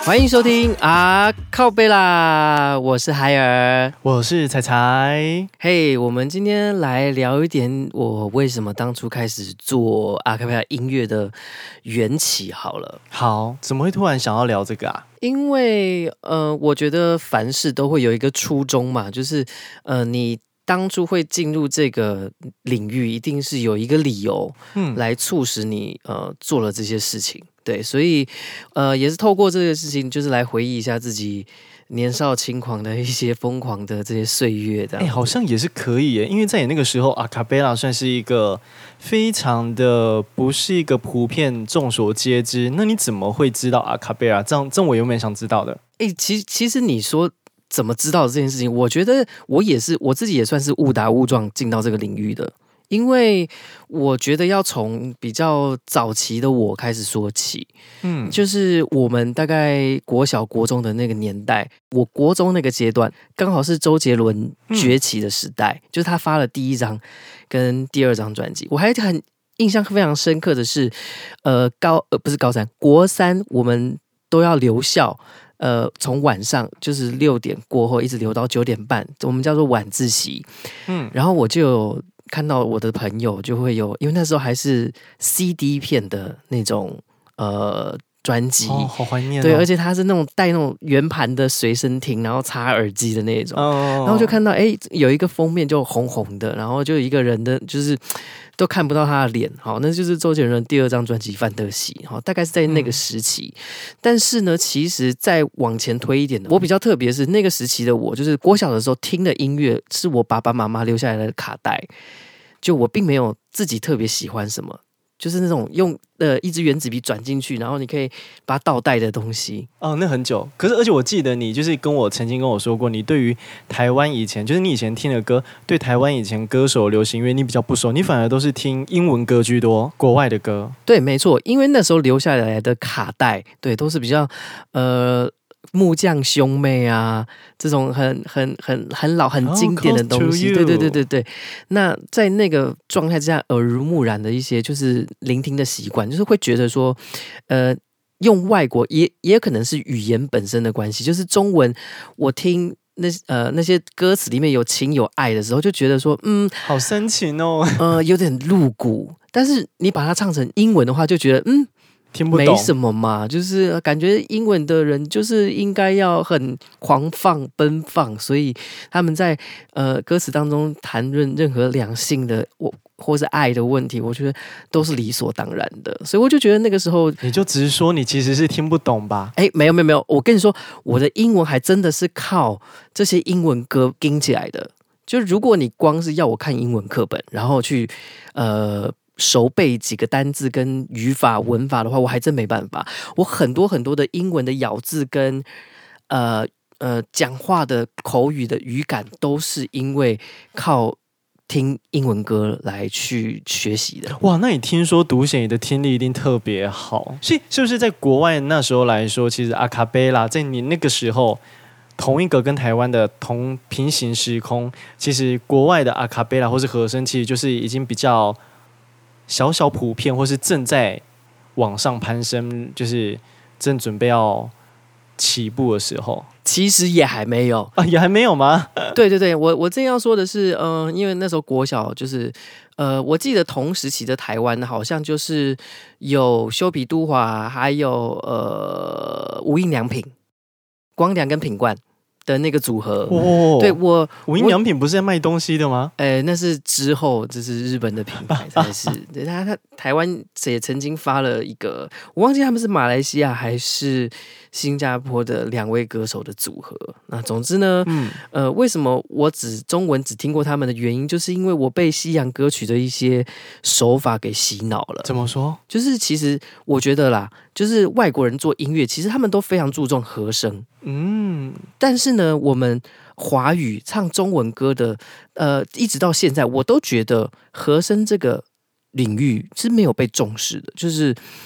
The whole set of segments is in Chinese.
欢迎收听啊靠背啦，我是海尔， 我是彩彩。 嘿，我们今天来聊一点我为什么当初开始做阿卡贝拉音乐的缘起好了。 好，怎么会突然想要聊这个啊？ 因为我觉得凡事都会有一个初衷嘛，就是你当初会进入这个领域，一定是有一个理由，来促使你做了这些事情。对，所以也是透过这个事情，就是来回忆一下自己年少轻狂的一些疯狂的这些岁月的。 好像也是可以耶，因为在你那个时候，阿卡贝拉算是一个非常的不是一个普遍众所皆知。那你怎么会知道阿卡贝拉？这样我有蛮想知道的。 其实你说怎么知道这件事情，我觉得我自己也算是误打误撞进到这个领域的。因为我觉得要从比较早期的我开始说起，就是我们大概国小国中的那个年代，我国中那个阶段刚好是周杰伦崛起的时代，就是他发了第一张跟第二张专辑，我还很印象非常深刻的是，不是高三，国三我们都要留校。从晚上就是6点过后一直留到9点半，我们叫做晚自习。然后我就有看到我的朋友就会有，因为那时候还是 CD 片的那种专辑， 好怀念。 对，而且它是那种带那种圆盘的随身听，然后插耳机的那种。然后就看到有一个封面就红红的，然后就一个人的就是都看不到他的脸，好，那就是周杰伦第二张专辑《范特西》，好，大概是在那个时期。但是呢，其实再往前推一点的，我比较特别是那个时期的我，就是国小的时候听的音乐是我爸爸妈妈留下来的卡带，就我并没有自己特别喜欢什么。就是那种用一支原子笔转进去，然后你可以把它倒带的东西。 那很久。可是而且我记得你就是曾经跟我说过，你对于台湾以前，就是你以前听的歌，对台湾以前歌手流行乐你比较不熟，你反而都是听英文歌居多，国外的歌。 对，没错，因为那时候留下来的卡带，对，都是比较木匠兄妹啊，这种很老很经典的东西，对。那在那个状态之下，耳濡目染的一些就是聆听的习惯，就是会觉得说，用外国也可能是语言本身的关系，就是中文我听那些歌词里面有情有爱的时候，就觉得说， 好深情哦， 有点露骨，但是你把它唱成英文的话，就觉得听不懂， 没什么嘛，就是感觉英文的人就是应该要很狂放奔放，所以他们在歌词当中谈论任何两性的或是爱的问题，我觉得都是理所当然的，所以我就觉得那个时候你就只是说你其实是听不懂吧？ 没有，我跟你说，我的英文还真的是靠这些英文歌拼起来的。就如果你光是要我看英文课本，然后去熟背几个单字跟语法文法的话，我还真没办法。我很多的英文的咬字跟讲话的口语的语感，都是因为靠听英文歌来去学习的。 哇，那你听说读写你的听力一定特别好，所以是不是在国外那时候来说，其实阿卡贝拉在你那个时候，同一个跟台湾的同平行时空，其实国外的阿卡贝拉或是和声，其实就是已经比较小普遍，或是正在往上攀升，就是正准备要起步的时候。 其实也还没有啊，也还没有吗？ 对，我正要说的是，因为那时候国小就是，我记得同时期的台湾好像就是有修比都华，还有无印良品、光良跟品冠的那个组合。对， 无印良品不是在卖东西的吗？ 那是之后，这是日本的品牌才是。对，他台湾也曾经发了一个，我忘记他们是马来西亚还是新加坡的2位歌手的组合。那总之呢，为什么我中文只听过他们的原因，就是因为我被西洋歌曲的一些手法给洗脑了。 怎么说？ 就是其实我觉得啦，就是外国人做音乐，其实他们都非常注重和声。但是呢，我们华语唱中文歌的，一直到现在，我都觉得和声这个领域是没有被重视的。就是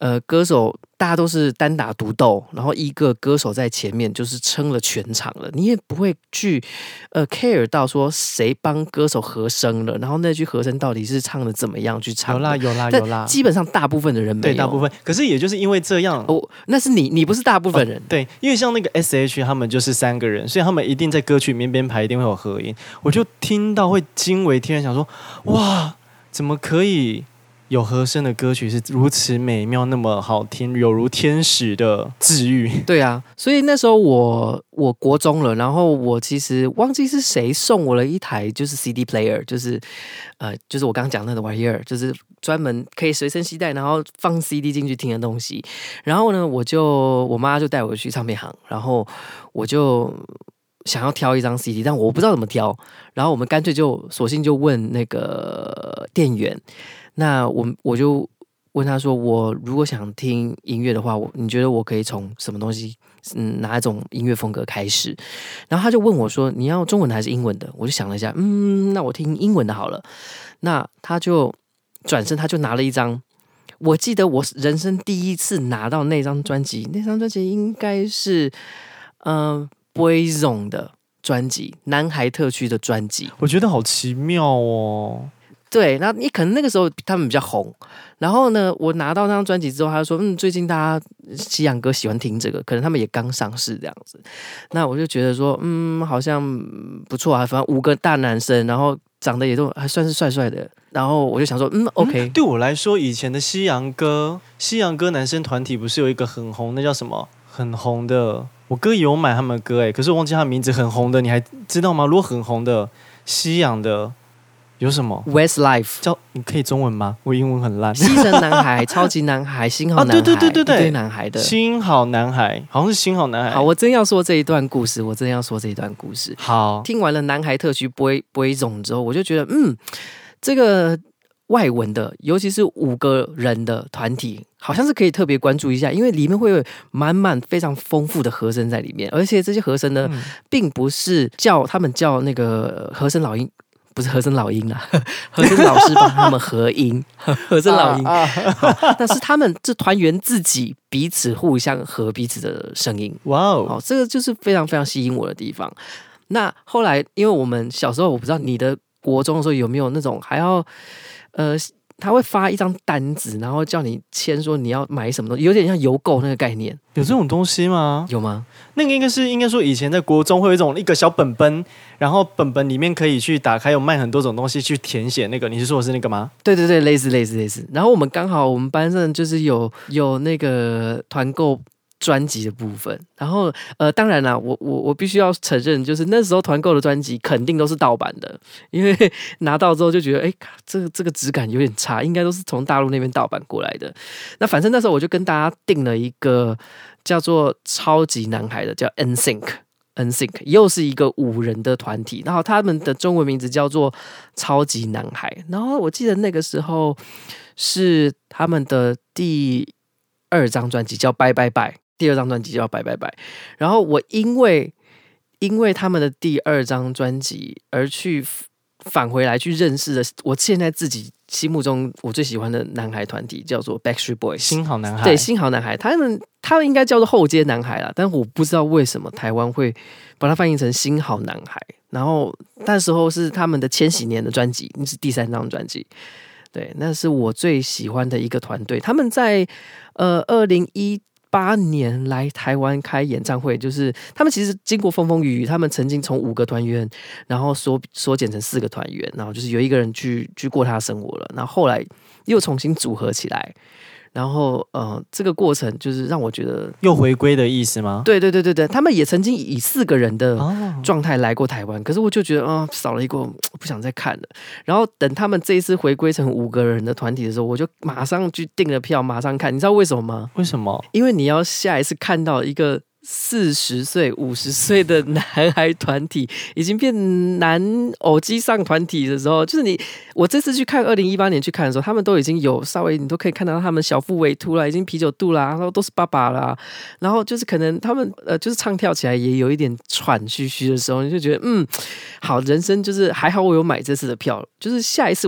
歌手大家都是单打独斗，然后一个歌手在前面就是撑了全场了，你也不会去care 到说谁帮歌手和声了，然后那句和声到底是唱的怎么样去唱的。 有啦， 基本上大部分的人没有， 对，大部分。可是也就是因为这样， 那是你不是大部分人。 对，因为像那个 S.H. 他们就是3个人，所以他们一定在歌曲里面编排一定会有合音，我就听到会惊为天人，想说哇，怎么可以有和声的歌曲是如此美妙，那么好听，有如天使的治愈。 对啊，所以那时候我国中了，然后我其实忘记是谁送我了一台就是 CD player，就是我刚刚讲那个玩意儿，就是专门可以随身携带，然后放 CD 进去听的东西。然后呢，我妈就带我去唱片行，然后我就想要挑一张 CD， 但我不知道怎么挑，然后我们干脆就索性就问那个店员。那我就问他说，我如果想听音乐的话，你觉得我可以从什么东西，哪一种音乐风格开始？然后他就问我说，你要中文的还是英文的？我就想了一下，那我听英文的好了。那他就转身，他就拿了一张，我记得我人生第一次拿到那张专辑，那张专辑应该是Boyzone 的专辑，男孩特区的专辑。 我觉得好奇妙哦。 对，那你可能那个时候他们比较红，然后呢，我拿到那张专辑之后，他就说，最近大家西洋歌喜欢听这个，可能他们也刚上市这样子。那我就觉得说，好像不错啊，反正5个大男生，然后长得也都还算是帅帅的，然后我就想说，OK。 对我来说，以前的西洋歌男生团体不是有一个很红，那叫什么？很红的，我哥也有买他们的歌可是我忘记他名字，很红的，你还知道吗？如果很红的西洋的。有什么 Westlife 你可以中文吗？我英文很烂。 西城男孩、超级男孩、新好男孩， 对， 一堆男孩的新好男孩，好像是新好男孩。 好，我真要说这一段故事， 好， 听完了男孩特区Boyzone之后，我就觉得，这个外文的，尤其是5个人的团体，好像是可以特别关注一下，因为里面会有满满非常丰富的和声在里面，而且这些和声呢，并不是他们叫那个和声老鹰。不是和声老鹰啦，和声老师帮他们合音，和声老鹰。但是他们这团员自己彼此互相合彼此的声音。 哇哦， 好，这个就是非常非常吸引我的地方。那后来，因为我们小时候，我不知道你的国中的时候有没有那种还要他会发一张单子，然后叫你签说你要买什么东西，有点像邮购那个概念。 有这种东西吗？ 有吗？ 那个应该说以前在国中会有一个小本本，然后本本里面可以去打开，有卖很多种东西去填写那个。你是说的是那个吗？ 对，类似。然后我们刚好我们班上就是有那个团购专辑的部分，然后当然啦，我必须要承认，就是那时候团购的专辑肯定都是盗版的，因为拿到之后就觉得，这个质感有点差，应该都是从大陆那边盗版过来的。那反正那时候我就跟大家订了一个叫做超级男孩的，叫 NSYNC，又是一个5人的团体，然后他们的中文名字叫做超级男孩。然后我记得那个时候是他们的第2张专辑叫《拜拜拜》。第2张专辑叫《拜拜拜》，然后我因为他们的第2张专辑而去返回来去认识了我现在自己心目中我最喜欢的男孩团体，叫做 Backstreet Boys， 新好男孩。 对，新好男孩，他们应该叫做后街男孩啦，但我不知道为什么台湾会把它翻译成新好男孩。然后那时候是他们的千禧年的专辑，那是第3张专辑。对，那是我最喜欢的一个团队。他们在2018年来台湾开演唱会，就是他们其实经过风风雨雨，他们曾经从5个团员，然后缩减成4个团员，然后就是有一个人去过他的生活了，然后后来又重新组合起来。然后这个过程就是让我觉得又回归的意思吗？ 对，他们也曾经以4个人的状态来过台湾，可是我就觉得少了一个，不想再看了。然后等他们这一次回归成5个人的团体的时候，我就马上去订了票，马上看。你知道为什么吗？ 为什么？ 因为你要下一次看到一个40岁、50岁的男孩团体已经变男偶机上团体的时候，就是我这次去看2018年去看的时候，他们都已经有稍微你都可以看到他们小腹微凸啦，已经啤酒肚啦，然后都是爸爸啦，然后就是可能他们就是唱跳起来也有一点喘吁吁的时候，你就觉得好，人生就是还好我有买这次的票，就是下一次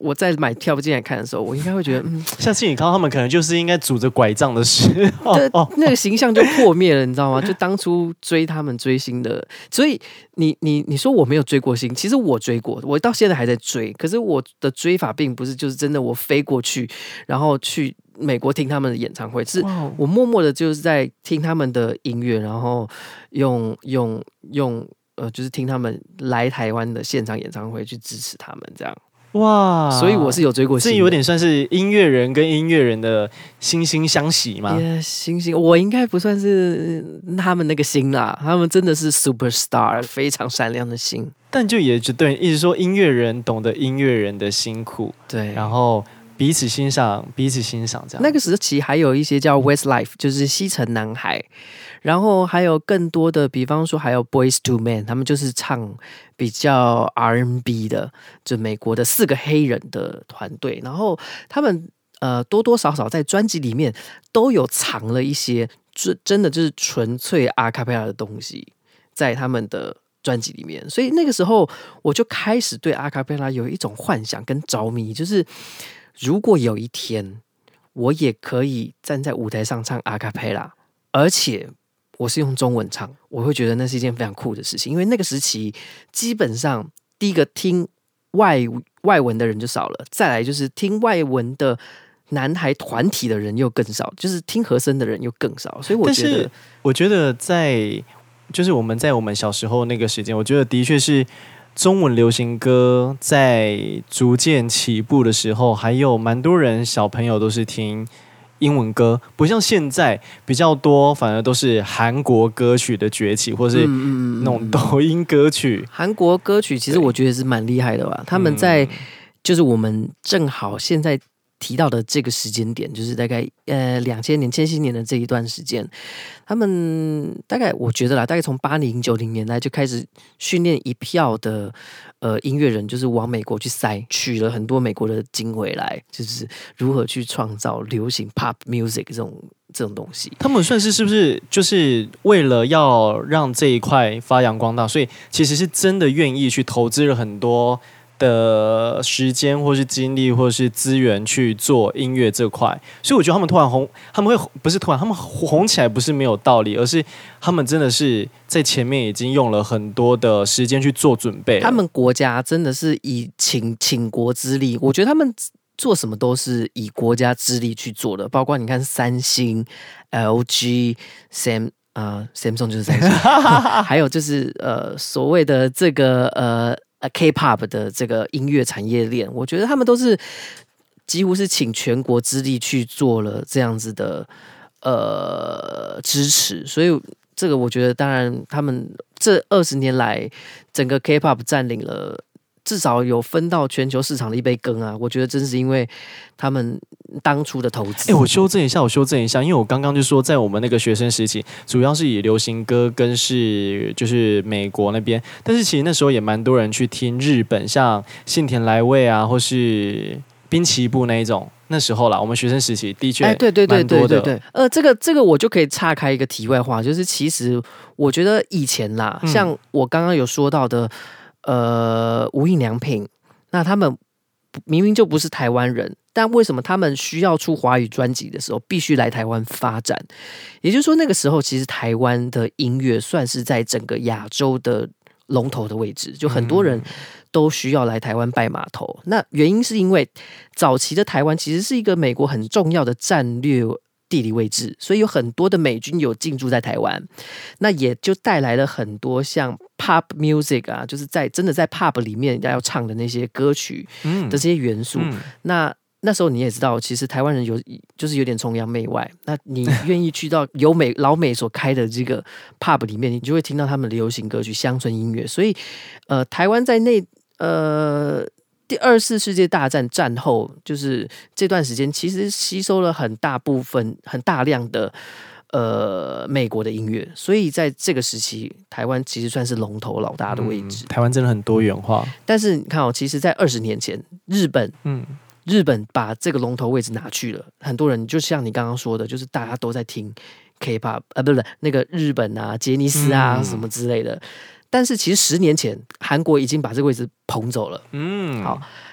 我在买票进来看的时候，我应该会觉得， 下次你看到他们，可能就是应该拄着拐杖的时候， 那个形象就破灭了，你知道吗？就当初追他们追星的，所以你说我没有追过星，其实我追过，我到现在还在追。可是我的追法并不是就是真的我飞过去，然后去美国听他们的演唱会，是我默默的就是在听他们的音乐，然后用就是听他们来台湾的现场演唱会去支持他们这样。 哇！ 所以我是有追过星的， 这有点算是音乐人跟音乐人的惺惺相惜吗？ 星星，我应该不算是他们那个星啦，他们真的是 super star， 非常闪亮的星。 但就也就对，一直说音乐人懂得音乐人的辛苦， 对， 然后彼此欣赏这样。 那个时期还有一些叫 Westlife， 就是西城男孩。然后还有更多的，比方说还有 Boyz II Men， 他们就是唱比较 R&B 的，就美国的4个黑人的团队。然后他们多多少少在专辑里面都有藏了一些真的就是纯粹阿卡贝拉的东西在他们的专辑里面。所以那个时候我就开始对阿卡贝拉有一种幻想跟着迷，就是如果有一天我也可以站在舞台上唱阿卡贝拉，而且我是用中文唱，我会觉得那是一件非常酷的事情。因为那个时期基本上第一个听外文的人就少了，再来就是听外文的男孩团体的人又更少，就是听和声的人又更少。所以我觉得就是我们在我们小时候那个时间，我觉得的确是中文流行歌在逐渐起步的时候，还有蛮多人小朋友都是听英文歌，不像现在比较多，反而都是韩国歌曲的崛起，或是那种抖音歌曲。 韩国歌曲其实我觉得是蛮厉害的吧，他们在就是我们正好现在提到的这个时间点，就是大概2000年、千禧年的这一段时间，他们大概我觉得啦，大概从80、90年代就开始训练一票的音乐人，就是往美国去塞，取了很多美国的精回来，就是如何去创造流行 pop music 这种东西。 他们算是不是就是为了要让这一块发扬光大，所以其实是真的愿意去投资了很多的时间或是精力或是资源去做音乐这块。所以我觉得他们突然红，他们红起来不是没有道理，而是他们真的是在前面已经用了很多的时间去做准备。 他们国家真的是以倾国之力，我觉得他们做什么都是以国家之力去做的，包括你看三星、LG、Samsung 就是三星，还有就是所谓的这个K-pop 的这个音乐产业链，我觉得他们都是几乎是倾全国之力去做了这样子的支持，所以这个我觉得，当然他们这20年来，整个 K-pop 占领了。至少有分到全球市场的一杯羹啊！我觉得真是因为他们当初的投资。 我修正一下，因为我刚刚就说，在我们那个学生时期，主要是以流行歌跟就是美国那边，但是其实那时候也蛮多人去听日本，像信田来未啊，或是滨崎步那一种。那时候啦，我们学生时期的确蛮多的。 这个我就可以岔开一个题外话，就是其实我觉得以前啦，像我刚刚有说到的。无印良品，那他们明明就不是台湾人，但为什么他们需要出华语专辑的时候必须来台湾发展？也就是说，那个时候其实台湾的音乐算是在整个亚洲的龙头的位置，就很多人都需要来台湾拜码头。那原因是因为早期的台湾其实是一个美国很重要的战略地理位置，所以有很多的美军有进驻在台湾，那也就带来了很多像 pop music 啊，就是真的在 pop 里面要唱的那些歌曲的这些元素。那时候你也知道，其实台湾人就是有点崇洋媚外。那你愿意去到老美所开的这个 pub 里面，你就会听到他们的流行歌曲、乡村音乐。所以，台湾在第2次世界大战战后，就是这段时间，其实吸收了很大量的美国的音乐，所以在这个时期，台湾其实算是龙头老大的位置。 台湾真的很多元化， 但是你看哦，其实，在20年前，日本把这个龙头位置拿去了，很多人就像你刚刚说的，就是大家都在听 K-pop 不是那个日本啊、杰尼斯啊什么之类的。但是其实10年前，韩国已经把这个位置捧走了。好，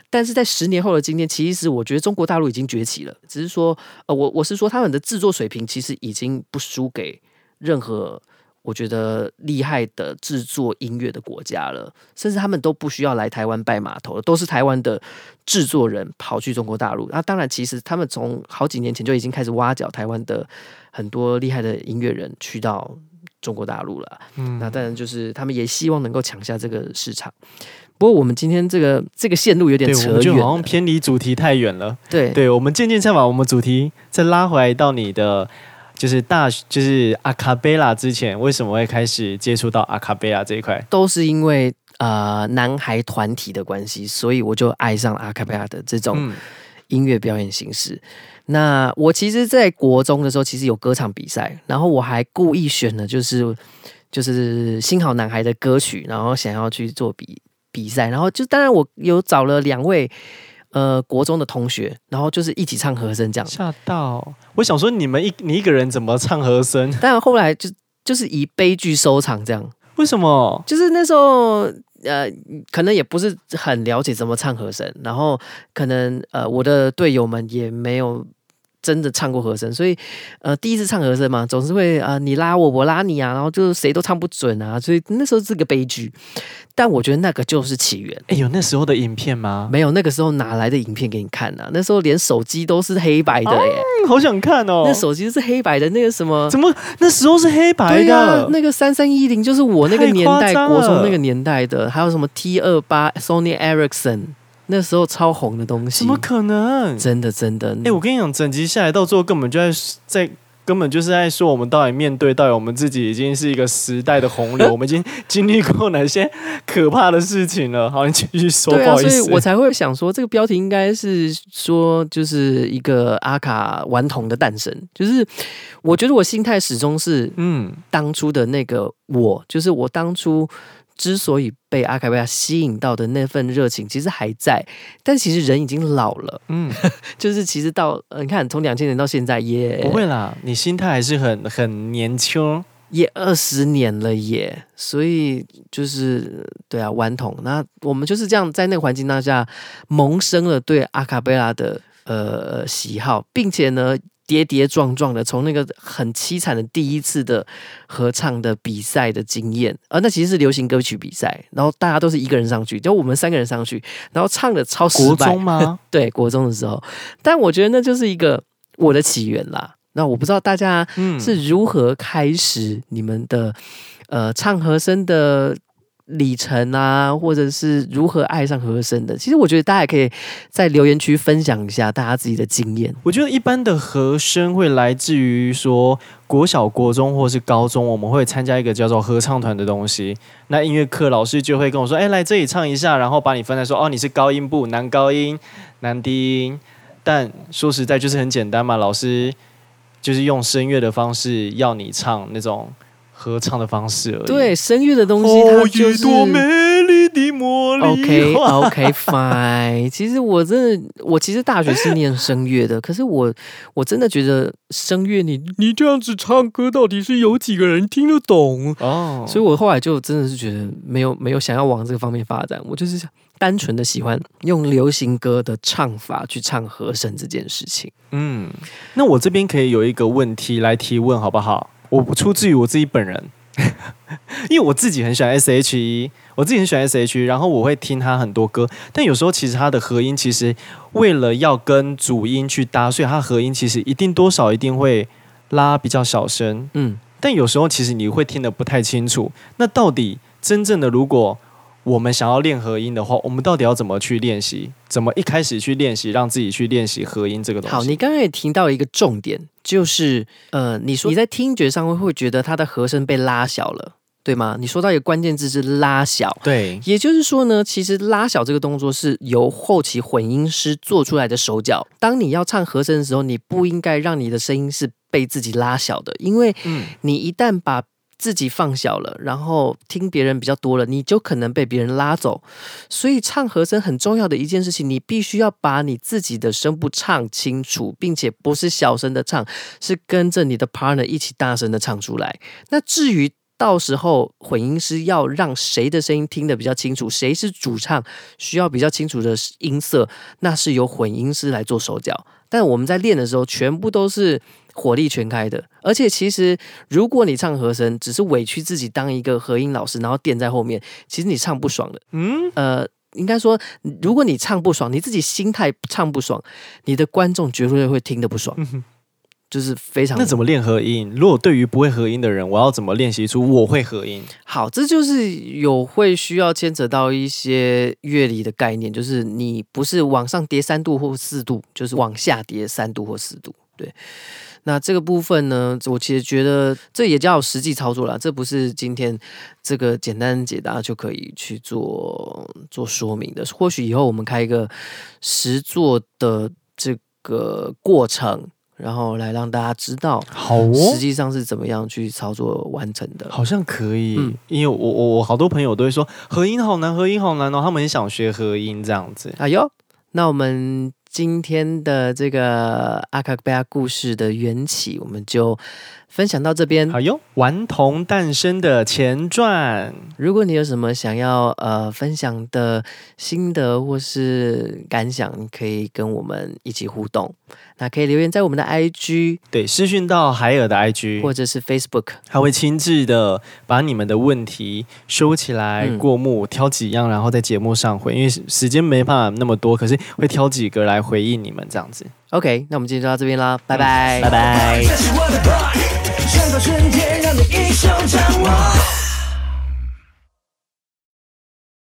但是在10年后的今天，其实我觉得中国大陆已经崛起了，只是说，我是说他们的制作水平其实已经不输给任何我觉得厉害的制作音乐的国家了，甚至他们都不需要来台湾拜码头了，都是台湾的制作人跑去中国大陆。那当然，其实他们从好几年前就已经开始挖角台湾的很多厉害的音乐人去到中国大陆了。那当然就是他们也希望能够抢下这个市场。不过我们今天这个线路有点扯远了， 我们就好像偏离主题太远了。 对， 我们渐渐再把我们主题再拉回来到你的。就是阿卡贝拉之前，为什么会开始接触到阿卡贝拉这一块？ 都是因为男孩团体的关系，所以我就爱上阿卡贝拉的这种音乐表演形式。那我其实，在国中的时候，其实有歌唱比赛，然后我还故意选了就是新好男孩的歌曲，然后想要去做比赛，然后就当然我有找了2位。国中的同学，然后就是一起唱和声这样。 吓到！我想说你一个人怎么唱和声？ 但后来就是以悲剧收场这样。 为什么？ 就是那时候可能也不是很了解怎么唱和声，然后可能我的队友们也没有真的唱过和声，所以第一次唱和声嘛，总是会你拉我，我拉你啊，然后就谁都唱不准啊，所以那时候是个悲剧。但我觉得那个就是起源。 有那时候的影片吗？ 没有，那个时候哪来的影片给你看啊？那时候连手机都是黑白的耶， 好想看哦。 那手机是黑白的，那个什么？ 怎么那时候是黑白的？ 对啊，那个3310就是我那个年代，国中那个年代的，还有什么 T28 Sony Ericsson。那时候超红的东西， 怎么可能？ 真的， 我跟你讲，整集下来到最后根本就是在说我们到底我们自己已经是一个时代的洪流，我们已经经历过哪些可怕的事情了。好，你继续说，不好意思。 所以我才会想说，这个标题应该是说，就是一个阿卡顽童的诞生。就是我觉得我心态始终是，当初的那个我，就是我当初。之所以被阿卡贝拉吸引到的那份热情，其实还在，但其实人已经老了，就是其实到你看，从2000年到现在也不会啦，你心态还是很年轻， 也20年了耶，所以就是对啊，顽童。那我们就是这样在那个环境当下萌生了对阿卡贝拉的喜好，并且呢。跌跌撞撞的，从那个很凄惨的第一次的合唱的比赛的经验，那其实是流行歌曲比赛，然后大家都是一个人上去，就我们3个人上去，然后唱的超失败。 国中吗？ 对，国中的时候，但我觉得那就是一个我的起源啦。那我不知道大家是如何开始你们的唱和声的里程啊，或者是如何爱上和声的。其实我觉得大家也可以在留言区分享一下大家自己的经验。 我觉得一般的和声会来自于说国小、国中或是高中，我们会参加一个叫做合唱团的东西。那音乐课老师就会跟我说：“来这里唱一下。”然后把你分来说：“你是高音部，男高音、男低音。”但说实在就是很简单嘛，老师就是用声乐的方式要你唱那种。合唱的方式而已。 对，声乐的东西它就是。 一朵美丽的茉莉花。 OK fine。其实我其实大学是念声乐的，可是我真的觉得声乐你这样子唱歌，到底是有几个人听得懂？所以我后来就真的是觉得没有想要往这个方面发展，我就是单纯的喜欢用流行歌的唱法去唱和声这件事情。 那我这边可以有一个问题来提问好不好？我出自于我自己本人，因为我自己很喜欢 S.H.E， 然后我会听他很多歌，但有时候其实他的和音其实为了要跟主音去搭，所以他和音其实一定会拉比较小声，但有时候其实你会听得不太清楚。那到底真正的如果我们想要练和音的话，我们到底要怎么去练习？怎么一开始去练习，让自己去练习和音这个东西？ 好，你刚刚也提到一个重点，就是你说你在听觉上会觉得它的和声被拉小了，对吗？你说到一个关键字是拉小， 对， 也就是说呢，其实拉小这个动作是由后期混音师做出来的手脚。当你要唱和声的时候，你不应该让你的声音是被自己拉小的，因为你一旦把自己放小了，然后听别人比较多了，你就可能被别人拉走。所以唱和声很重要的一件事情，你必须要把你自己的声部唱清楚，并且不是小声的唱，是跟着你的 partner 一起大声的唱出来。那至于到时候混音师要让谁的声音听得比较清楚，谁是主唱需要比较清楚的音色，那是由混音师来做手脚。但我们在练的时候，全部都是火力全开的。而且其实，如果你唱和声，只是委屈自己当一个和音老师，然后垫在后面，其实你唱不爽的。应该说，如果你唱不爽，你自己心态唱不爽，你的观众绝对会听得不爽。就是非常。 那怎么练合音？如果对于不会合音的人，我要怎么练习出我会合音？ 好，这就是会需要牵扯到一些乐理的概念，就是你不是往上叠3度或4度，就是往下叠3度或4度。对，那这个部分呢，我其实觉得这也叫实际操作啦，这不是今天这个简单解答就可以去做说明的。或许以后我们开一个实作的这个过程。然后来让大家知道， 好哦， 实际上是怎么样去操作完成的。 好像可以，因为我好多朋友都会说合音好难，合音好难哦，他们很想学合音这样子。 哎呦，那我们今天的这个阿卡贝拉故事的缘起，我们就分享到这边。 好哟，顽童诞生的前传。 如果你有什么想要分享的心得或是感想，你可以跟我们一起互动。那可以留言在我们的 IG， 对，私讯到海尔的 IG， 或者是 Facebook， 他会亲自的把你们的问题收起来过目，挑几样，然后在节目上回，因为时间没办法那么多，可是会挑几个来回应你们这样子。 OK， 那我们今天就到这边啦，拜拜， 拜拜。